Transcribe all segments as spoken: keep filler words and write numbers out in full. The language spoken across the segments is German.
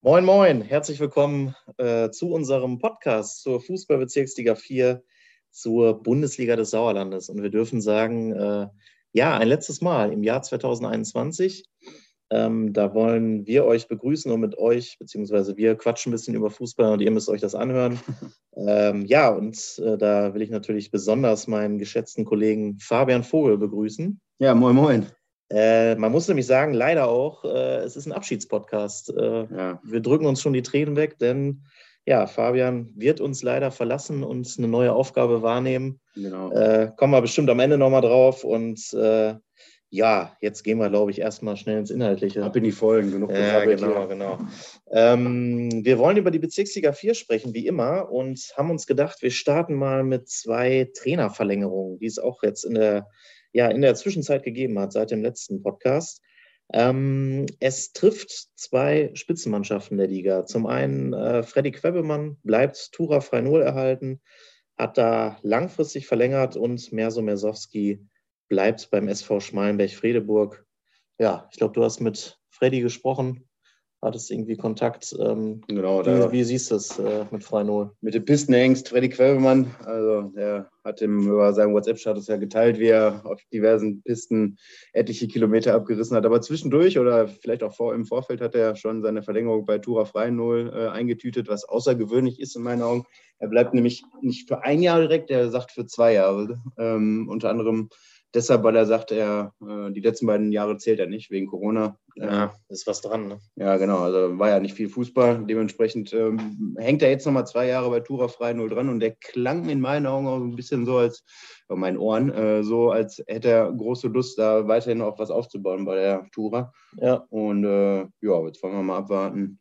Moin, moin, herzlich willkommen äh, zu unserem Podcast zur Fußball-Bezirksliga vier, zur Bundesliga des Sauerlandes. Und wir dürfen sagen, äh, ja, ein letztes Mal im Jahr zwanzig einundzwanzig. Ähm, da wollen wir euch begrüßen und mit euch, beziehungsweise wir quatschen ein bisschen über Fußball und ihr müsst euch das anhören. ähm, ja, und äh, da will ich natürlich besonders meinen geschätzten Kollegen Fabian Vogel begrüßen. Ja, moin, moin. Äh, man muss nämlich sagen, leider auch, äh, es ist ein Abschiedspodcast. Äh, ja. Wir drücken uns schon die Tränen weg, denn ja, Fabian wird uns leider verlassen und eine neue Aufgabe wahrnehmen. Genau. Äh, kommen wir bestimmt am Ende nochmal drauf. Und äh, ja, jetzt gehen wir, glaube ich, erstmal schnell ins Inhaltliche. Ab in die Folgen, genug Ja, genau, hier. genau. Ähm, wir wollen über die Bezirksliga vier sprechen, wie immer, und haben uns gedacht, wir starten mal mit zwei Trainerverlängerungen, die es auch jetzt in der ja, in der Zwischenzeit gegeben hat, seit dem letzten Podcast. Ähm, es trifft zwei Spitzenmannschaften der Liga. Zum einen äh, Freddy Quebemann bleibt Tura Frei Null erhalten, hat da langfristig verlängert und Merso Mersowski bleibt beim S V Schmalenberg-Fredeburg. Ja, ich glaube, du hast mit Freddy gesprochen, hattest irgendwie Kontakt. Ähm, genau, wie, wie siehst du es äh, mit Frei Null? Mit dem Pistenhengst Freddy Quebemann, also der hat im, über seinen WhatsApp-Status ja geteilt, wie er auf diversen Pisten etliche Kilometer abgerissen hat. Aber zwischendurch oder vielleicht auch vor, im Vorfeld hat er schon seine Verlängerung bei Tura Frei Null äh, eingetütet, was außergewöhnlich ist in meinen Augen. Er bleibt nämlich nicht für ein Jahr direkt, er sagt für zwei Jahre. Ähm, unter anderem deshalb, weil er sagt, er, äh, die letzten beiden Jahre zählt er nicht, wegen Corona. Ja, ist was dran, ne? Ja, genau. Also war ja nicht viel Fußball. Dementsprechend ähm, hängt er jetzt nochmal zwei Jahre bei Tura Frei Null dran und der klang in meinen Augen auch ein bisschen so, als, bei meinen Ohren, äh, so, als hätte er große Lust, da weiterhin auch was aufzubauen bei der Tura. Ja. Und äh, ja, jetzt wollen wir mal abwarten,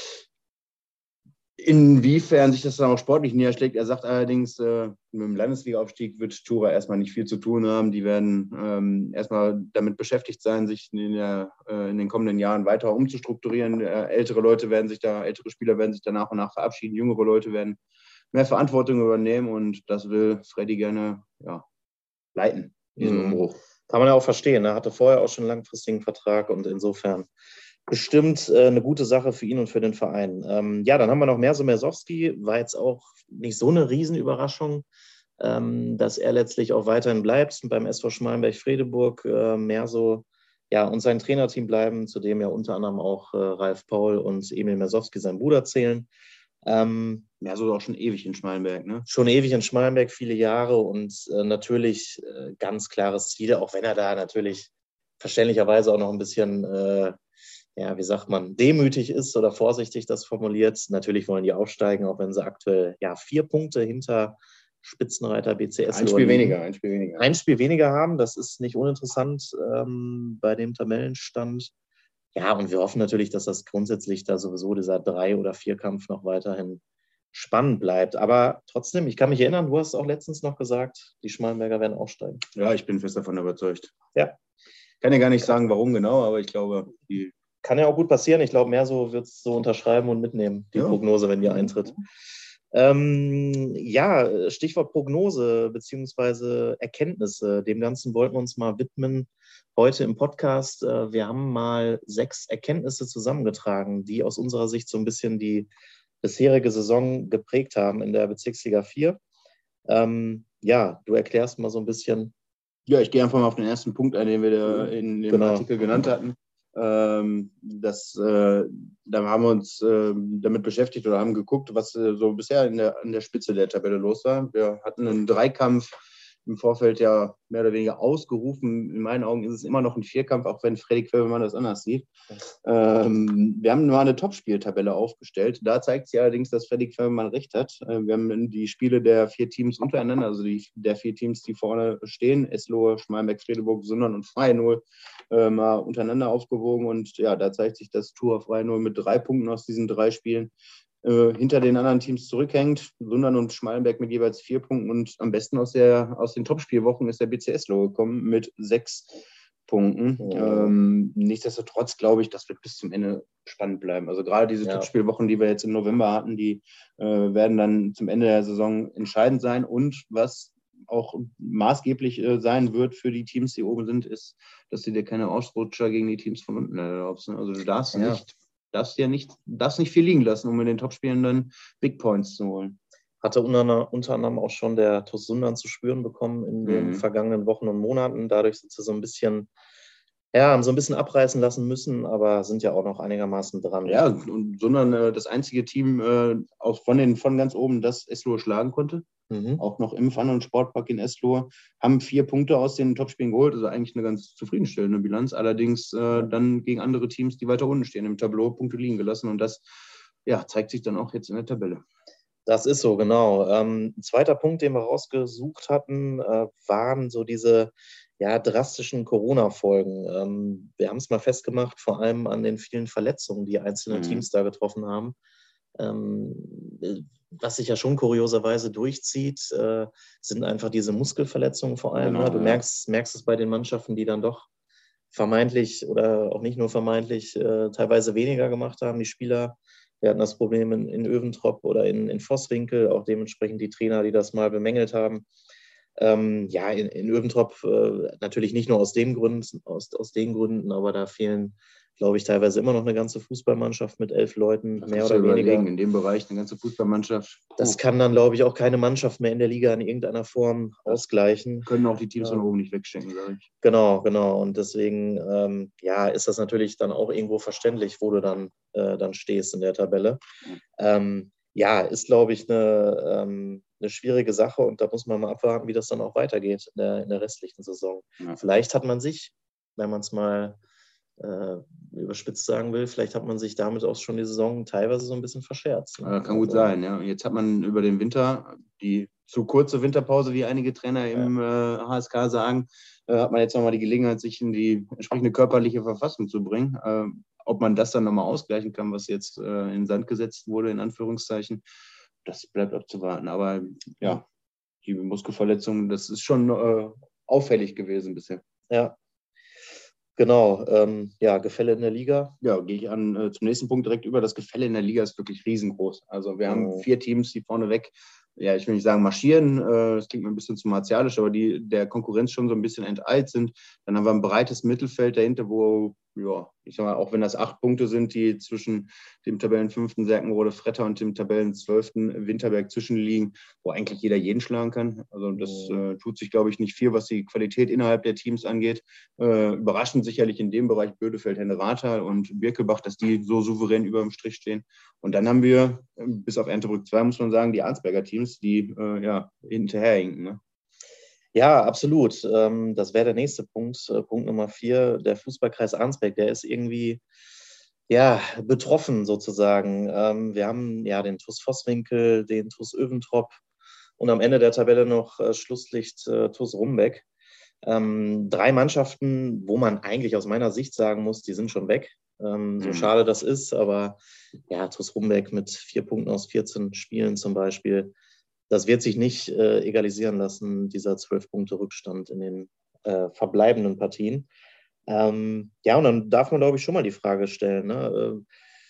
inwiefern sich das dann auch sportlich niederschlägt. Er sagt allerdings, äh, mit dem Landesliga-Aufstieg wird Tura erstmal nicht viel zu tun haben. Die werden ähm, erstmal damit beschäftigt sein, sich in, der, äh, in den kommenden Jahren weiter umzustrukturieren. Äh, ältere Leute werden sich da, ältere Spieler werden sich da nach und nach verabschieden. Jüngere Leute werden mehr Verantwortung übernehmen und das will Freddy gerne ja, leiten, diesen mhm. Umbruch. Kann man ja auch verstehen. Er hatte vorher auch schon einen langfristigen Vertrag und insofern bestimmt äh, eine gute Sache für ihn und für den Verein. Ähm, ja, dann haben wir noch Merso Mersowski, war jetzt auch nicht so eine Riesenüberraschung, ähm, dass er letztlich auch weiterhin bleibt beim S V Schmalenberg-Fredeburg. Äh, Merso ja, und sein Trainerteam bleiben, zu dem ja unter anderem auch äh, Ralf Paul und Emil Mersowski, sein Bruder, zählen. Ähm, Merso auch schon ewig in Schmalenberg, ne? Schon ewig in Schmalenberg, viele Jahre und äh, natürlich äh, ganz klares Ziel, auch wenn er da natürlich verständlicherweise auch noch ein bisschen äh, ja, wie sagt man, demütig ist oder vorsichtig das formuliert. Natürlich wollen die aufsteigen, auch wenn sie aktuell ja vier Punkte hinter Spitzenreiter B C S ein Spiel weniger, ein Spiel weniger. Ein Spiel weniger haben, das ist nicht uninteressant ähm, bei dem Tabellenstand. Ja, und wir hoffen natürlich, dass das grundsätzlich da sowieso dieser Drei- oder Vierkampf noch weiterhin spannend bleibt. Aber trotzdem, ich kann mich erinnern, du hast auch letztens noch gesagt, die Schmalenberger werden aufsteigen. Ja, ich bin fest davon überzeugt. Ja. Ich kann ja gar nicht sagen, warum genau, aber ich glaube, die kann ja auch gut passieren. Ich glaube, Merso wird es so unterschreiben und mitnehmen, die ja. Prognose, wenn die eintritt. Ähm, ja, Stichwort Prognose beziehungsweise Erkenntnisse. Dem Ganzen wollten wir uns mal widmen heute im Podcast. Wir haben mal sechs Erkenntnisse zusammengetragen, die aus unserer Sicht so ein bisschen die bisherige Saison geprägt haben in der Bezirksliga vier. Ähm, ja, du erklärst mal so ein bisschen. Ja, ich gehe einfach mal auf den ersten Punkt ein, den wir da in dem genau. Artikel genannt hatten. Ähm, das, äh, da haben wir uns äh, damit beschäftigt oder haben geguckt, was äh, so bisher in der, in der Spitze der Tabelle los war. Wir hatten einen Dreikampf im Vorfeld ja mehr oder weniger ausgerufen. In meinen Augen ist es immer noch ein Vierkampf, auch wenn Freddy Quebemann das anders sieht. Ähm, wir haben mal eine Topspieltabelle aufgestellt. Da zeigt sich allerdings, dass Freddy Quebemann recht hat. Äh, wir haben die Spiele der vier Teams untereinander, also die, der vier Teams, die vorne stehen, Eslohe, Schmalenberg, Fredeburg, Sundern und Frei Null, äh, mal untereinander aufgewogen. Und ja, da zeigt sich, dass Tura Frei Null mit drei Punkten aus diesen drei Spielen äh, hinter den anderen Teams zurückhängt. Sundern und Schmalenberg mit jeweils vier Punkten und am besten aus, der, aus den Topspielwochen ist der B C Eslohe gekommen mit sechs Punkten. Oh. Ähm, nichtsdestotrotz glaube ich, das wird bis zum Ende spannend bleiben. Also gerade diese ja. Topspielwochen, die wir jetzt im November hatten, die äh, werden dann zum Ende der Saison entscheidend sein. Und was auch maßgeblich äh, sein wird für die Teams, die oben sind, ist, dass du dir keine Ausrutscher gegen die Teams von unten erlaubst. Also du darfst ja. nicht darfst ja nicht, darfst nicht viel liegen lassen, um in den Topspielen dann Big Points zu holen. Hatte unter, unter anderem auch schon der TuS Sundern zu spüren bekommen in den mhm. vergangenen Wochen und Monaten. Dadurch sind sie so ein bisschen, ja, haben so ein bisschen abreißen lassen müssen, aber sind ja auch noch einigermaßen dran. Ja, und Sundern äh, das einzige Team äh, aus, von, den, von ganz oben, das Eslohe schlagen konnte. Mhm. Auch noch im Fun- und Sportpark in Eslohe. Haben vier Punkte aus den Topspielen geholt, also eigentlich eine ganz zufriedenstellende Bilanz. Allerdings äh, dann gegen andere Teams, die weiter unten stehen, im Tableau Punkte liegen gelassen. Und das ja, zeigt sich dann auch jetzt in der Tabelle. Das ist so, genau. Ähm, ein zweiter Punkt, den wir rausgesucht hatten, äh, waren so diese ja, drastischen Corona-Folgen. Ähm, wir haben es mal festgemacht, vor allem an den vielen Verletzungen, die einzelne mhm. Teams da getroffen haben. Ähm, was sich ja schon kurioserweise durchzieht, äh, sind einfach diese Muskelverletzungen vor allem. Genau, ne? Du ja. merkst, merkst es bei den Mannschaften, die dann doch vermeintlich oder auch nicht nur vermeintlich äh, teilweise weniger gemacht haben, die Spieler. Wir hatten das Problem in, in Öventrop oder in, in Vosswinkel, auch dementsprechend die Trainer, die das mal bemängelt haben. Ähm, ja, in, in Öventrop äh, natürlich nicht nur aus dem Grund, aus, aus den Gründen, aber da fehlen, glaube ich, teilweise immer noch eine ganze Fußballmannschaft mit elf Leuten, das mehr oder weniger. In dem Bereich eine ganze Fußballmannschaft. Puh. Das kann dann, glaube ich, auch keine Mannschaft mehr in der Liga in irgendeiner Form das ausgleichen. Können auch die Teams von oben nicht wegstecken, sage ich. Genau, genau. Und deswegen, ähm, ja, ist das natürlich dann auch irgendwo verständlich, wo du dann, äh, dann stehst in der Tabelle. Mhm. Ähm, ja, ist, glaube ich, eine, ähm, eine schwierige Sache und da muss man mal abwarten, wie das dann auch weitergeht in der, in der restlichen Saison. Ja. Vielleicht hat man sich, wenn man es mal äh, überspitzt sagen will, vielleicht hat man sich damit auch schon die Saison teilweise so ein bisschen verscherzt. Ne? Ja, kann gut also, sein, ja. Und jetzt hat man über den Winter, die zu kurze Winterpause, wie einige Trainer im ja. äh, H S K sagen, äh, hat man jetzt nochmal die Gelegenheit, sich in die entsprechende körperliche Verfassung zu bringen. Äh, ob man das dann nochmal ausgleichen kann, was jetzt äh, in den Sand gesetzt wurde, in Anführungszeichen, das bleibt abzuwarten. Aber ja, die Muskelverletzung, das ist schon äh, auffällig gewesen bisher. Ja. Genau, ähm, ja, Gefälle in der Liga. Ja, gehe ich an äh, zum nächsten Punkt direkt über. Das Gefälle in der Liga ist wirklich riesengroß. Also wir haben oh. vier Teams, die vorneweg, ja, ich will nicht sagen marschieren, äh, das klingt mir ein bisschen zu martialisch, aber die der Konkurrenz schon so ein bisschen enteilt sind. Dann haben wir ein breites Mittelfeld dahinter, wo, ja, ich sag mal, auch wenn das acht Punkte sind, die zwischen dem Tabellenfünften Serkenrode-Fretter und dem Tabellenzwölften Winterberg zwischenliegen, wo eigentlich jeder jeden schlagen kann. Also das oh. äh, tut sich, glaube ich, nicht viel, was die Qualität innerhalb der Teams angeht. Äh, überraschend sicherlich in dem Bereich Bödefeld, Henne-Rathal und Birkelbach, dass die so souverän über dem Strich stehen. Und dann haben wir, bis auf Erndtebrück zwei, muss man sagen, die Arnsberger Teams, die äh, ja, hinterherhinken. Ne? Ja, absolut. Ähm, das wäre der nächste Punkt, äh, Punkt Nummer vier. Der Fußballkreis Arnsberg, der ist irgendwie ja, betroffen sozusagen. Ähm, wir haben ja den TuS Vosswinkel, den TuS Öventrop und am Ende der Tabelle noch äh, Schlusslicht äh, TuS Rumbeck. Ähm, drei Mannschaften, wo man eigentlich aus meiner Sicht sagen muss, die sind schon weg. Ähm, so mhm. schade das ist, aber ja, TuS Rumbeck mit vier Punkten aus vierzehn Spielen zum Beispiel, das wird sich nicht äh, egalisieren lassen, dieser zwölf Punkte Rückstand in den äh, verbleibenden Partien. Ähm, ja, und dann darf man, glaube ich, schon mal die Frage stellen, ne?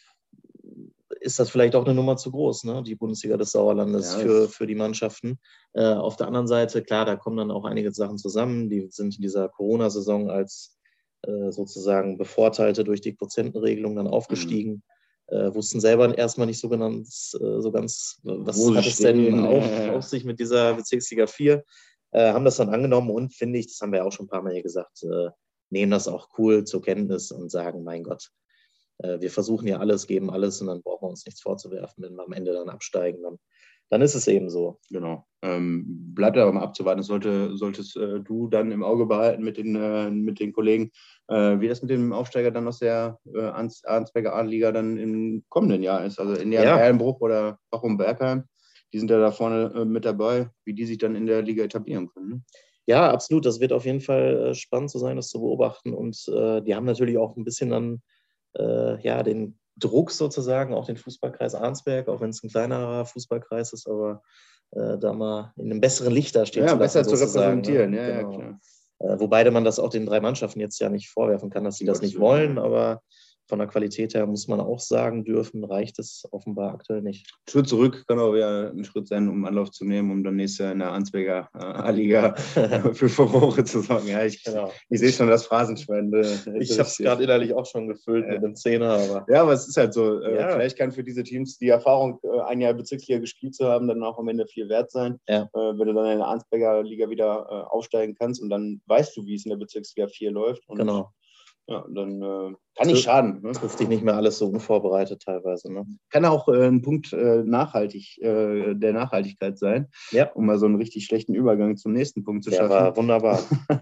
äh, ist das vielleicht auch eine Nummer zu groß, ne? Die Bundesliga des Sauerlandes ja, für, für die Mannschaften. Äh, auf der anderen Seite, klar, da kommen dann auch einige Sachen zusammen, die sind in dieser Corona-Saison als äh, sozusagen Bevorteilte durch die Quotientenregelung dann aufgestiegen. Mhm. Äh, wussten selber erstmal nicht so, genannt, äh, so ganz, was Wo hat es denn auf, auf sich mit dieser Bezirksliga vier, äh, haben das dann angenommen und finde ich, das haben wir auch schon ein paar Mal hier gesagt, äh, nehmen das auch cool zur Kenntnis und sagen, mein Gott, äh, wir versuchen ja alles, geben alles und dann brauchen wir uns nichts vorzuwerfen, wenn wir am Ende dann absteigen, dann, dann ist es eben so. Genau. Ähm, bleibt aber mal abzuwarten. Das sollte, solltest äh, du dann im Auge behalten mit den, äh, mit den Kollegen, äh, wie das mit dem Aufsteiger dann aus der äh, Arnsberger A-Liga dann im kommenden Jahr ist. Also in der ja. Erlenbruch oder Bachum-Bergheim, die sind ja da vorne äh, mit dabei, wie die sich dann in der Liga etablieren können. Ne? Ja, absolut. Das wird auf jeden Fall spannend zu sein, das zu beobachten. Und äh, die haben natürlich auch ein bisschen dann äh, ja, den Druck sozusagen, auch den Fußballkreis Arnsberg, auch wenn es ein kleinerer Fußballkreis ist, aber äh, da mal in einem besseren Licht da stehen ja, zu lassen. Besser zu repräsentieren, ne? ja, genau. ja, klar. Äh, wobei man das auch den drei Mannschaften jetzt ja nicht vorwerfen kann, dass sie das nicht wollen, aber von der Qualität her muss man auch sagen dürfen, reicht es offenbar aktuell nicht. Schritt zurück kann auch wieder ein Schritt sein, um Anlauf zu nehmen, um dann nächstes Jahr in der Arnsberger äh, A-Liga äh, für Furore zu sorgen. Ja, ich, genau. ich sehe schon das Phrasenschwein. Äh, ich habe es gerade innerlich auch schon gefüllt ja. mit dem Zehner. Aber ja, aber es ist halt so. Äh, ja. Vielleicht kann für diese Teams die Erfahrung, äh, ein Jahr Bezirksliga gespielt zu haben, dann auch am Ende viel wert sein. Ja. Äh, wenn du dann in der Arnsberger Liga wieder äh, aufsteigen kannst und dann weißt du, wie es in der Bezirksliga vier läuft. Und genau. Ja, dann äh, kann nicht schaden. Ne? Trifft dich nicht mehr alles so unvorbereitet teilweise. Ne? Kann auch äh, ein Punkt äh, nachhaltig, äh, der Nachhaltigkeit sein, ja. um mal so einen richtig schlechten Übergang zum nächsten Punkt zu der schaffen. War wunderbar.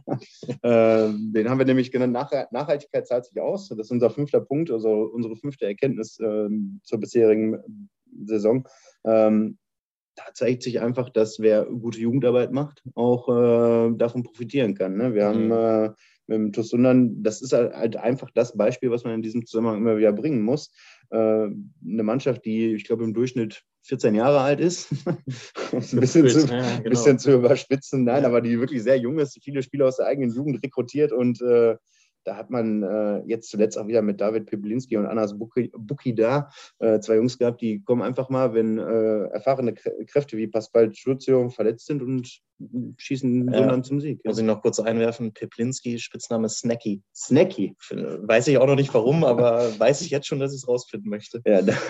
äh, den haben wir nämlich genannt, Nach Nachhaltigkeit zahlt sich aus. Das ist unser fünfter Punkt, also unsere fünfte Erkenntnis äh, zur bisherigen Saison. Ähm, da zeigt sich einfach, dass wer gute Jugendarbeit macht, auch äh, davon profitieren kann. Ne? Wir mhm. haben äh, mit dem TuS Sundern, das ist halt einfach das Beispiel, was man in diesem Zusammenhang immer wieder bringen muss. Äh, eine Mannschaft, die, ich glaube, im Durchschnitt vierzehn Jahre alt ist, ein bisschen, zu, ja, genau. bisschen zu überspitzen, nein, ja. aber die wirklich sehr jung ist, viele Spieler aus der eigenen Jugend rekrutiert und äh, da hat man äh, jetzt zuletzt auch wieder mit David Peplinski und Anas Buki da äh, zwei Jungs gehabt, die kommen einfach mal, wenn äh, erfahrene Kräfte wie Pascal Schurzio verletzt sind und schießen ja. Sundern zum Sieg. Ja. Muss ich noch kurz einwerfen, Peplinski, Spitzname Snacky. Snacky? Weiß ich auch noch nicht warum, aber weiß ich jetzt schon, dass ich es rausfinden möchte. Ja, da,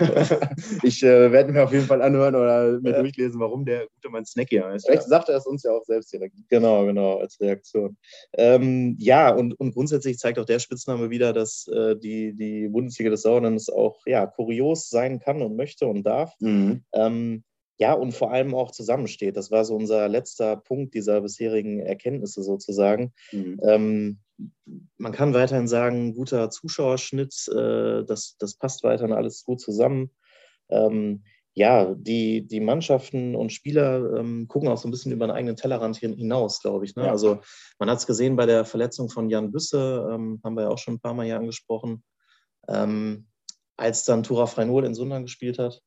ich äh, werde mir auf jeden Fall anhören oder mir ja. durchlesen, warum der gute Mann Snacky heißt. Vielleicht ja. sagt er es uns ja auch selbst direkt. Genau, genau, als Reaktion. Ähm, ja, und, und grundsätzlich zeigt auch der Spitzname wieder, dass äh, die, die Bundesliga des Sauerlandes auch ja, kurios sein kann und möchte und darf. Mhm. Ähm, ja, und vor allem auch zusammensteht. Das war so unser letzter Punkt dieser bisherigen Erkenntnisse sozusagen. Mhm. Ähm, man kann weiterhin sagen, guter Zuschauerschnitt, äh, das, das passt weiterhin alles gut zusammen. Ähm, ja, die, die Mannschaften und Spieler ähm, gucken auch so ein bisschen über den eigenen Tellerrand hinaus, glaube ich. Ne? Ja. Also man hat es gesehen bei der Verletzung von Jan Büsse, ähm, haben wir ja auch schon ein paar Mal hier angesprochen, ähm, als dann Tura Freinol in Sundern gespielt hat.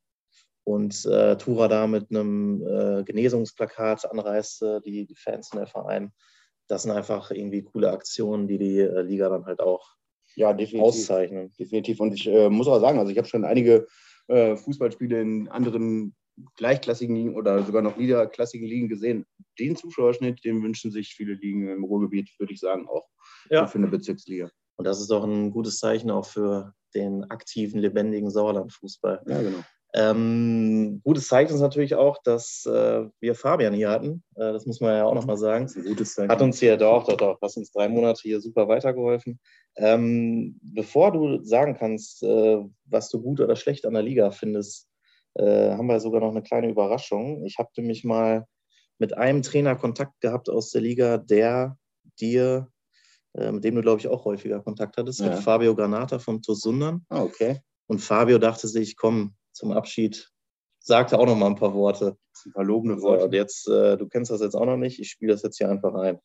Und äh, Tura da mit einem äh, Genesungsplakat anreiste, die, die Fans in der Verein. Das sind einfach irgendwie coole Aktionen, die die äh, Liga dann halt auch ja, definitiv, auszeichnen. Definitiv. Und ich äh, muss auch sagen, also ich habe schon einige äh, Fußballspiele in anderen gleichklassigen Ligen oder sogar noch niederklassigen Ligen gesehen. Den Zuschauerschnitt, den wünschen sich viele Ligen im Ruhrgebiet, würde ich sagen, auch ja. für eine Bezirksliga. Und das ist doch ein gutes Zeichen auch für den aktiven, lebendigen Sauerland-Fußball. Ja, genau. Ähm, gutes Zeichen ist natürlich auch, dass äh, wir Fabian hier hatten. Äh, das muss man ja auch nochmal sagen. Das ist ein gutes Zeichen. Hat uns hier doch, doch, doch, hast uns drei Monate hier super weitergeholfen. Ähm, bevor du sagen kannst, äh, was du gut oder schlecht an der Liga findest, äh, haben wir sogar noch eine kleine Überraschung. Ich habe nämlich mal mit einem Trainer Kontakt gehabt aus der Liga, der dir, äh, mit dem du, glaube ich, auch häufiger Kontakt hattest, ja. mit Fabio Granata vom TuS Sundern. Ah, okay. Und Fabio dachte sich, komm, zum Abschied, sagte auch noch mal ein paar Worte. Ein paar lobende Worte. So, und jetzt, äh, du kennst das jetzt auch noch nicht, ich spiele das jetzt hier einfach ein.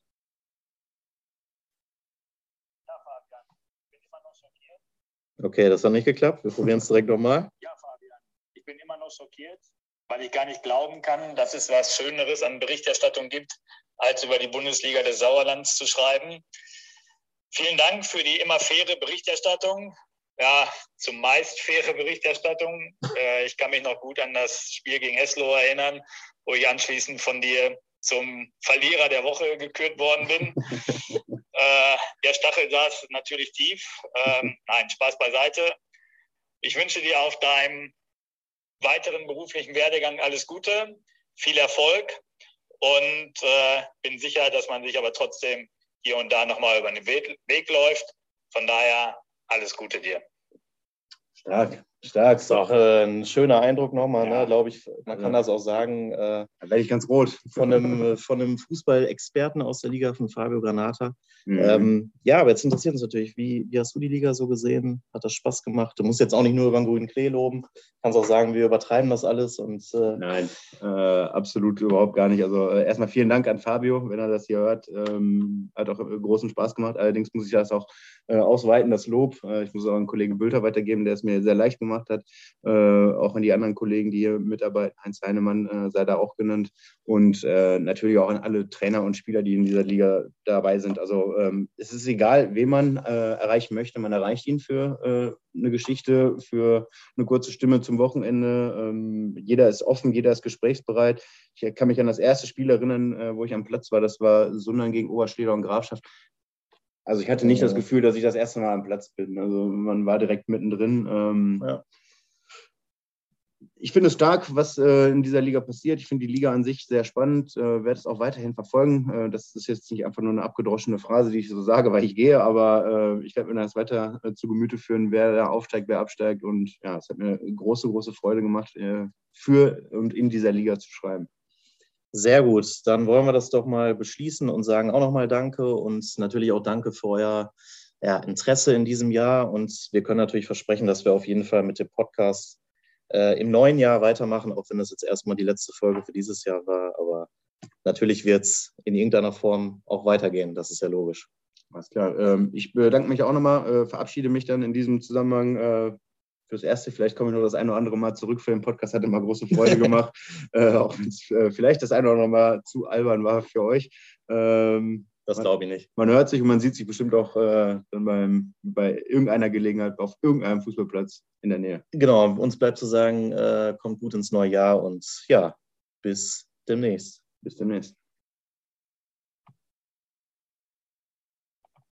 Ja, Fabian, ich bin immer noch schockiert. Okay, das hat nicht geklappt. Wir probieren es direkt nochmal. Ja, Fabian, ich bin immer noch schockiert, weil ich gar nicht glauben kann, dass es was Schöneres an Berichterstattung gibt, als über die Bundesliga des Sauerlands zu schreiben. Vielen Dank für die immer faire Berichterstattung. Ja, zumeist faire Berichterstattung. Äh, ich kann mich noch gut an das Spiel gegen Eslohe erinnern, wo ich anschließend von dir zum Verlierer der Woche gekürt worden bin. äh, der Stachel saß natürlich tief. Ähm, nein, Spaß beiseite. Ich wünsche dir auf deinem weiteren beruflichen Werdegang alles Gute, viel Erfolg und äh, bin sicher, dass man sich aber trotzdem hier und da nochmal über den Weg, Weg läuft. Von daher alles Gute dir. Stark, stark. Das ist auch äh, ein schöner Eindruck nochmal, ja. ne, glaube ich. Man kann das auch sagen. Äh, da werde ich ganz rot. Von einem, von einem Fußball-Experten aus der Liga, von Fabio Granata. Mhm. Ähm, ja, aber jetzt interessiert uns natürlich, wie, wie hast du die Liga so gesehen? Hat das Spaß gemacht? Du musst jetzt auch nicht nur über den grünen Klee loben. Du kannst auch sagen, wir übertreiben das alles. Und, äh Nein, äh, absolut überhaupt gar nicht. Also äh, erstmal vielen Dank an Fabio, wenn er das hier hört. Ähm, hat auch äh, großen Spaß gemacht. Allerdings muss ich das auch äh, ausweiten, das Lob. Äh, ich muss auch an Kollegen Bülter weitergeben, der es mir sehr leicht gemacht gemacht hat. Äh, auch an die anderen Kollegen, die hier mitarbeiten. Heinz Heinemann äh, sei da auch genannt. Und äh, natürlich auch an alle Trainer und Spieler, die in dieser Liga dabei sind. Also ähm, es ist egal, wen man äh, erreichen möchte. Man erreicht ihn für äh, eine Geschichte, für eine kurze Stimme zum Wochenende. Ähm, jeder ist offen, jeder ist gesprächsbereit. Ich kann mich an das erste Spiel erinnern, äh, wo ich am Platz war. Das war Sundern gegen Oberschleder und Grafschaft. Also ich hatte nicht das Gefühl, dass ich das erste Mal am Platz bin. Also man war direkt mittendrin. Ähm, ja. Ich finde es stark, was äh, in dieser Liga passiert. Ich finde die Liga an sich sehr spannend, äh, werde es auch weiterhin verfolgen. Äh, das ist jetzt nicht einfach nur eine abgedroschene Phrase, die ich so sage, weil ich gehe, aber äh, ich werde mir das weiter äh, zu Gemüte führen, wer da aufsteigt, wer absteigt. Und ja, es hat mir große, große Freude gemacht, äh, für und in dieser Liga zu schreiben. Sehr gut, dann wollen wir das doch mal beschließen und sagen auch nochmal Danke und natürlich auch Danke für euer ja, Interesse in diesem Jahr. Und wir können natürlich versprechen, dass wir auf jeden Fall mit dem Podcast äh, im neuen Jahr weitermachen, auch wenn das jetzt erstmal die letzte Folge für dieses Jahr war. Aber natürlich wird es in irgendeiner Form auch weitergehen, das ist ja logisch. Alles klar. Ähm, ich bedanke mich auch nochmal, äh, verabschiede mich dann in diesem Zusammenhang äh, fürs Erste. Vielleicht komme ich noch das eine oder andere Mal zurück für den Podcast. Hat immer große Freude gemacht. äh, auch wenn es äh, vielleicht das eine oder andere Mal zu albern war für euch. Ähm, das glaube ich nicht. Man hört sich und man sieht sich bestimmt auch äh, dann beim, bei irgendeiner Gelegenheit auf irgendeinem Fußballplatz in der Nähe. Genau, uns bleibt zu sagen, äh, kommt gut ins neue Jahr und ja, bis demnächst. Bis demnächst.